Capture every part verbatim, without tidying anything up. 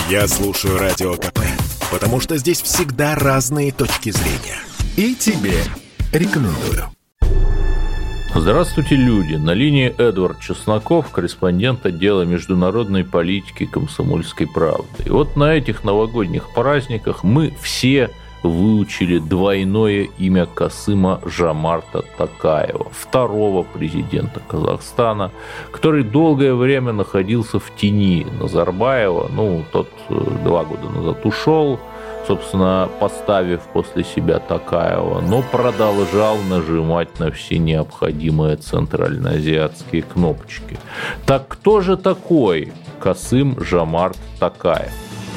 Я слушаю Радио КП, потому что здесь всегда разные точки зрения. И тебе рекомендую. Здравствуйте, люди! На линии Эдвард Чесноков, корреспондент отдела международной политики «Комсомольской правды». И вот на этих новогодних праздниках мы все выучили двойное имя Касым-Жомарта Токаева, второго президента Казахстана, который долгое время находился в тени Назарбаева. Ну, тот два года назад ушел, собственно, поставив после себя Токаева, но продолжал нажимать на все необходимые центральноазиатские кнопочки. Так кто же такой Касым-Жомарт Токаев?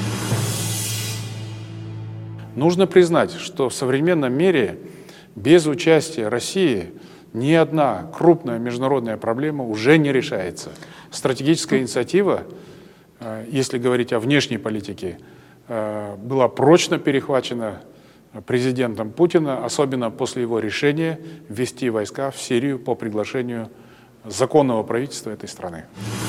Нужно признать, что в современном мире без участия России ни одна крупная международная проблема уже не решается. Стратегическая инициатива, если говорить о внешней политике, была прочно перехвачена президентом Путина, особенно после его решения ввести войска в Сирию по приглашению законного правительства этой страны.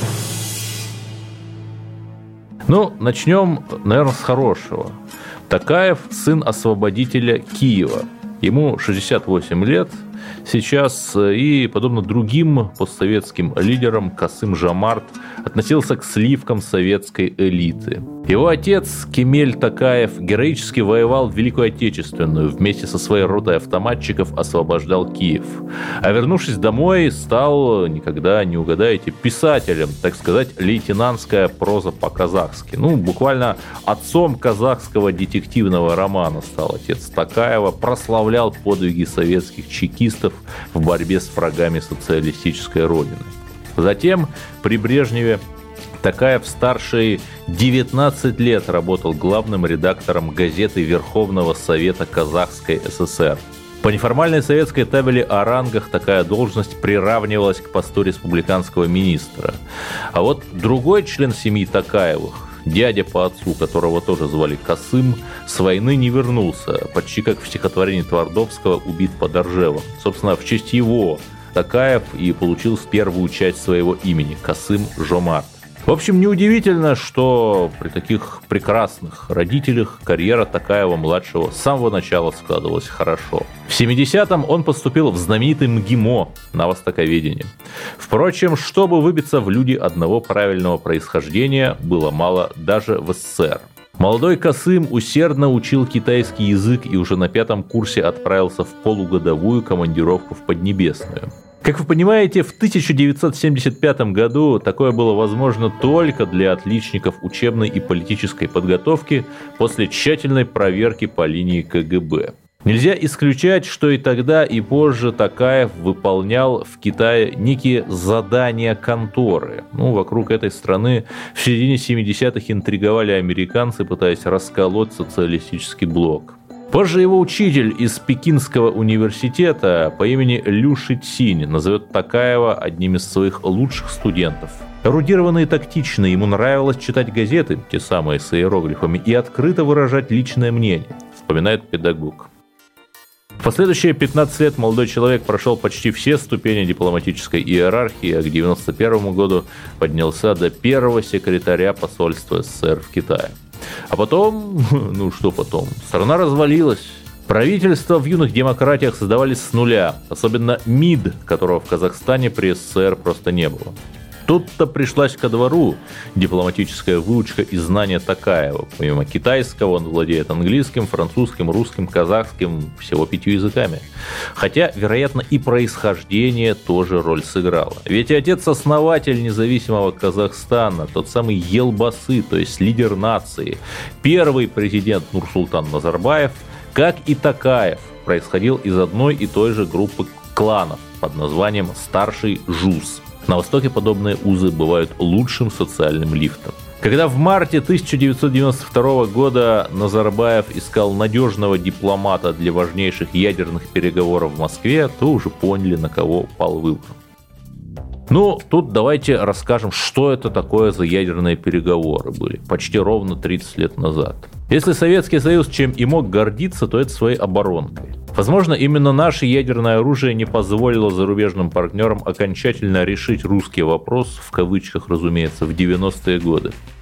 Ну, начнем, наверное, с хорошего. Токаев – сын освободителя Киева. Ему шестьдесят восемь лет сейчас, и, подобно другим постсоветским лидерам, Касым-Жомарт относился к сливкам советской элиты. Его отец Кемель Токаев героически воевал в Великую Отечественную, вместе со своей ротой автоматчиков освобождал Киев. А вернувшись домой, стал, никогда не угадаете, писателем, так сказать, лейтенантская проза по-казахски. Ну, буквально отцом казахского детективного романа стал отец Токаева, прославлял подвиги советских чекистов в борьбе с врагами социалистической родины. Затем при Брежневе Токаев-старший девятнадцать лет работал главным редактором газеты Верховного Совета Казахской ССР. По неформальной советской табели о рангах такая должность приравнивалась к посту республиканского министра. А вот другой член семьи Токаевых, дядя по отцу, которого тоже звали Касым, с войны не вернулся, почти как в стихотворении Твардовского «Убит под Оржевом». Собственно, в честь его Токаев и получил первую часть своего имени – Касым-Жомарт. В общем, неудивительно, что при таких прекрасных родителях карьера Токаева-младшего с самого начала складывалась хорошо. В семидесятом он поступил в знаменитый МГИМО на востоковедение. Впрочем, чтобы выбиться в люди одного правильного происхождения, было мало даже в СССР. Молодой Касым усердно учил китайский язык и уже на пятом курсе отправился в полугодовую командировку в Поднебесную. Как вы понимаете, в тысяча девятьсот семьдесят пятом году такое было возможно только для отличников учебной и политической подготовки после тщательной проверки по линии ка гэ бэ. Нельзя исключать, что и тогда, и позже Токаев выполнял в Китае некие задания конторы. Ну, вокруг этой страны в середине семидесятых интриговали американцы, пытаясь расколоть социалистический блок. Позже его учитель из Пекинского университета по имени Лю Шицинь назовет Токаева одним из своих лучших студентов. Эрудированный и тактичный, ему нравилось читать газеты, те самые с иероглифами, и открыто выражать личное мнение, вспоминает педагог. В последующие пятнадцать лет молодой человек прошел почти все ступени дипломатической иерархии, а к девяносто первому году поднялся до первого секретаря посольства СССР в Китае. А потом, ну что потом, страна развалилась. Правительства в юных демократиях создавались с нуля, особенно МИД, которого в Казахстане при СССР просто не было. Тут-то пришлась ко двору дипломатическая выучка и знания Токаева. Помимо китайского он владеет английским, французским, русским, казахским, всего пятью языками. Хотя, вероятно, и происхождение тоже роль сыграло. Ведь отец-основатель независимого Казахстана, тот самый Елбасы, то есть лидер нации, первый президент Нурсултан Назарбаев, как и Токаев, происходил из одной и той же группы кланов под названием «Старший ЖУЗ». На Востоке подобные узы бывают лучшим социальным лифтом. Когда в марте тысяча девятьсот девяносто второго года Назарбаев искал надежного дипломата для важнейших ядерных переговоров в Москве, то уже поняли, на кого пал выбор. Ну, тут давайте расскажем, что это такое за ядерные переговоры были почти ровно тридцать лет назад. Если Советский Союз чем и мог гордиться, то это своей оборонкой. Возможно, именно наше ядерное оружие не позволило зарубежным партнерам окончательно решить русский вопрос, в кавычках, разумеется, в девяностые годы.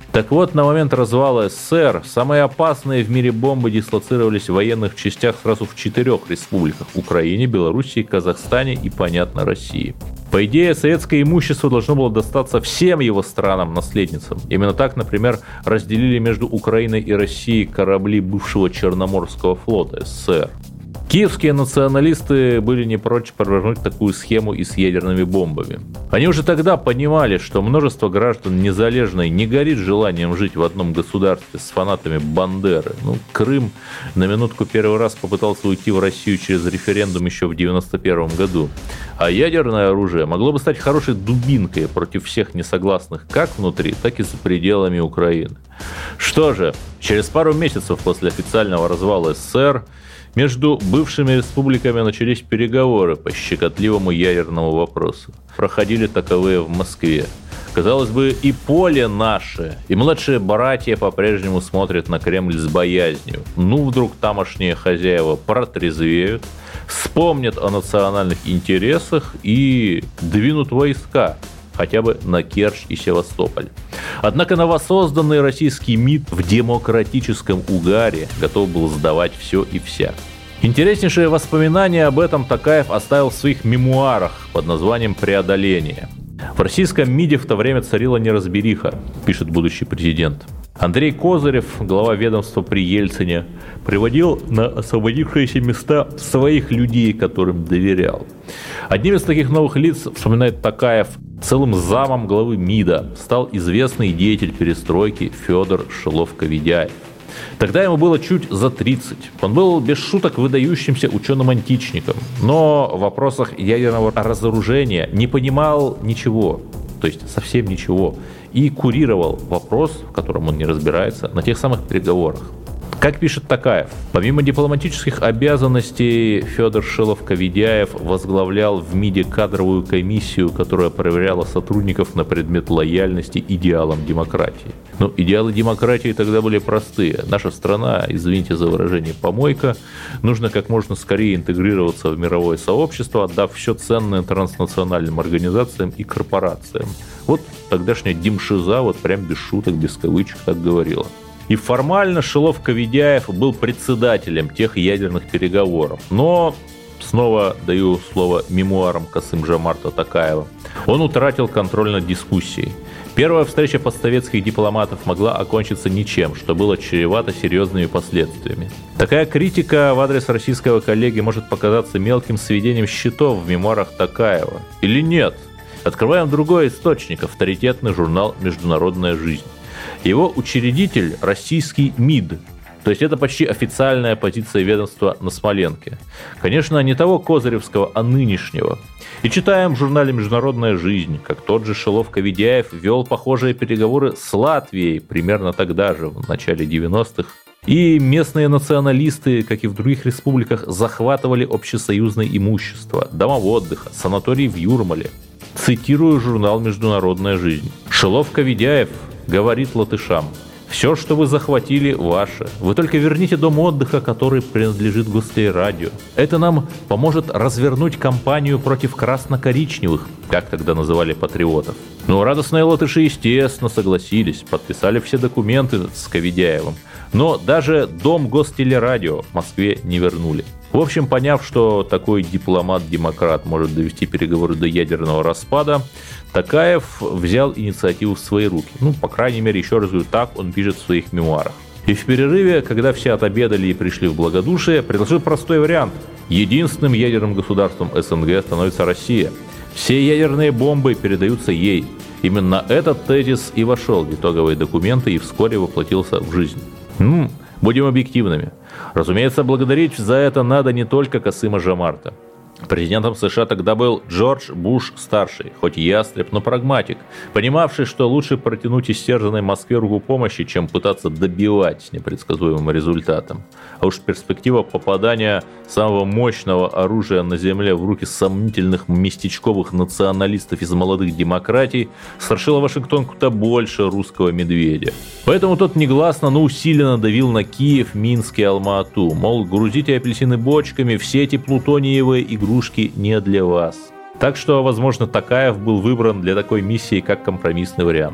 Так вот, на момент развала СССР самые опасные в мире бомбы дислоцировались в военных частях сразу в четырех республиках – Украине, Белоруссии, Казахстане и, понятно, России. По идее, советское имущество должно было достаться всем его странам-наследницам. Именно так, например, разделили между Украиной и Россией корабли бывшего Черноморского флота СССР. Киевские националисты были не прочь провернуть такую схему и с ядерными бомбами. Они уже тогда понимали, что множество граждан Незалежной не горит желанием жить в одном государстве с фанатами Бандеры. Ну, Крым на минутку первый раз попытался уйти в Россию через референдум еще в девяносто первом году. А ядерное оружие могло бы стать хорошей дубинкой против всех несогласных как внутри, так и за пределами Украины. Что же, через пару месяцев после официального развала СССР между бывшими республиками начались переговоры по щекотливому ядерному вопросу. Проходили таковые в Москве. Казалось бы, и поле наше, и младшие братья по-прежнему смотрят на Кремль с боязнью. Ну, вдруг тамошние хозяева протрезвеют, вспомнят о национальных интересах и двинут войска, хотя бы на Керчь и Севастополь. Однако новосозданный российский МИД в демократическом угаре готов был сдавать все и вся. Интереснейшее воспоминание об этом Токаев оставил в своих мемуарах под названием «Преодоление». В российском МИДе в то время царила неразбериха, пишет будущий президент. Андрей Козырев, глава ведомства при Ельцине, приводил на освободившиеся места своих людей, которым доверял. Одним из таких новых лиц, вспоминает Токаев, целым замом главы МИДа стал известный деятель перестройки Федор Шилов-Коведяев. Тогда ему было чуть за тридцать. Он был без шуток выдающимся ученым-античником, но в вопросах ядерного разоружения не понимал ничего, то есть совсем ничего, и курировал вопрос, в котором он не разбирается, на тех самых переговорах. Как пишет Токаев, помимо дипломатических обязанностей, Федор Шилов-Коведяев возглавлял в МИДе кадровую комиссию, которая проверяла сотрудников на предмет лояльности идеалам демократии. Ну, идеалы демократии тогда были простые. Наша страна, извините за выражение, помойка. Нужно как можно скорее интегрироваться в мировое сообщество, отдав все ценное транснациональным организациям и корпорациям. Вот тогдашняя Демшиза, вот прям без шуток, без кавычек так говорила. И формально Шилов-Коведяев был председателем тех ядерных переговоров. Но, снова даю слово мемуарам Касым-Жомарта Токаева, он утратил контроль над дискуссией. Первая встреча постсоветских дипломатов могла окончиться ничем, что было чревато серьезными последствиями. Такая критика в адрес российского коллеги может показаться мелким сведением счетов в мемуарах Токаева. Или нет? Открываем другой источник, авторитетный журнал «Международная жизнь». Его учредитель – российский МИД, то есть это почти официальная позиция ведомства на Смоленке. Конечно, не того Козыревского, а нынешнего. И читаем в журнале «Международная жизнь», как тот же Шилов-Коведяев вел похожие переговоры с Латвией примерно тогда же, в начале девяностых. И местные националисты, как и в других республиках, захватывали общесоюзное имущество, дома отдыха, санатории в Юрмале. Цитирую журнал «Международная жизнь». Шилов-Коведяев говорит латышам: «Все, что вы захватили, ваше. Вы только верните дом отдыха, который принадлежит Гостелерадио. Это нам поможет развернуть кампанию против красно-коричневых», как тогда называли патриотов. Ну, радостные латыши, естественно, согласились, подписали все документы с Коведяевым. Но даже дом Гостелерадио в Москве не вернули. В общем, поняв, что такой дипломат-демократ может довести переговоры до ядерного распада, Токаев взял инициативу в свои руки. Ну, по крайней мере, еще раз говорю, так он пишет в своих мемуарах. И в перерыве, когда все отобедали и пришли в благодушие, предложил простой вариант. Единственным ядерным государством СНГ становится Россия. Все ядерные бомбы передаются ей. Именно этот тезис и вошел в итоговые документы и вскоре воплотился в жизнь. Ну, будем объективными. Разумеется, благодарить за это надо не только Касыма-Жомарта. Президентом США тогда был Джордж Буш-старший, хоть ястреб, но прагматик, понимавший, что лучше протянуть истерзанной Москве руку помощи, чем пытаться добивать с непредсказуемым результатом. А уж перспектива попадания самого мощного оружия на земле в руки сомнительных местечковых националистов из молодых демократий страшила Вашингтон куда больше русского медведя. Поэтому тот негласно, но усиленно давил на Киев, Минск и Алма-Ату, мол, грузите апельсины бочками, все эти плутониевые игрушки не для вас. Так что, возможно, Токаев был выбран для такой миссии как компромиссный вариант.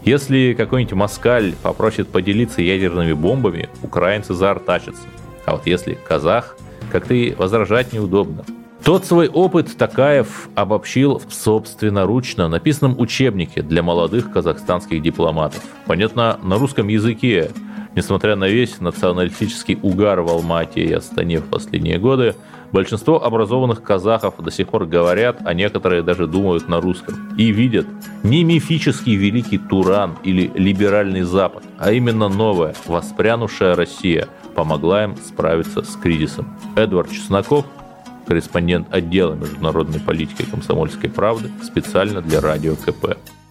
Если какой-нибудь москаль попросит поделиться ядерными бомбами, украинцы заортачатся. А вот если казах, как-то и возражать неудобно. Тот свой опыт Токаев обобщил в собственноручно написанном учебнике для молодых казахстанских дипломатов. Понятно, на русском языке. Несмотря на весь националистический угар в Алмате и Астане в последние годы, большинство образованных казахов до сих пор говорят, а некоторые даже думают на русском. И видят не мифический великий Туран или либеральный Запад, а именно новая, воспрянувшая Россия помогла им справиться с кризисом. Эдвард Чесноков, корреспондент отдела международной политики «Комсомольской правды», специально для радио ка пэ.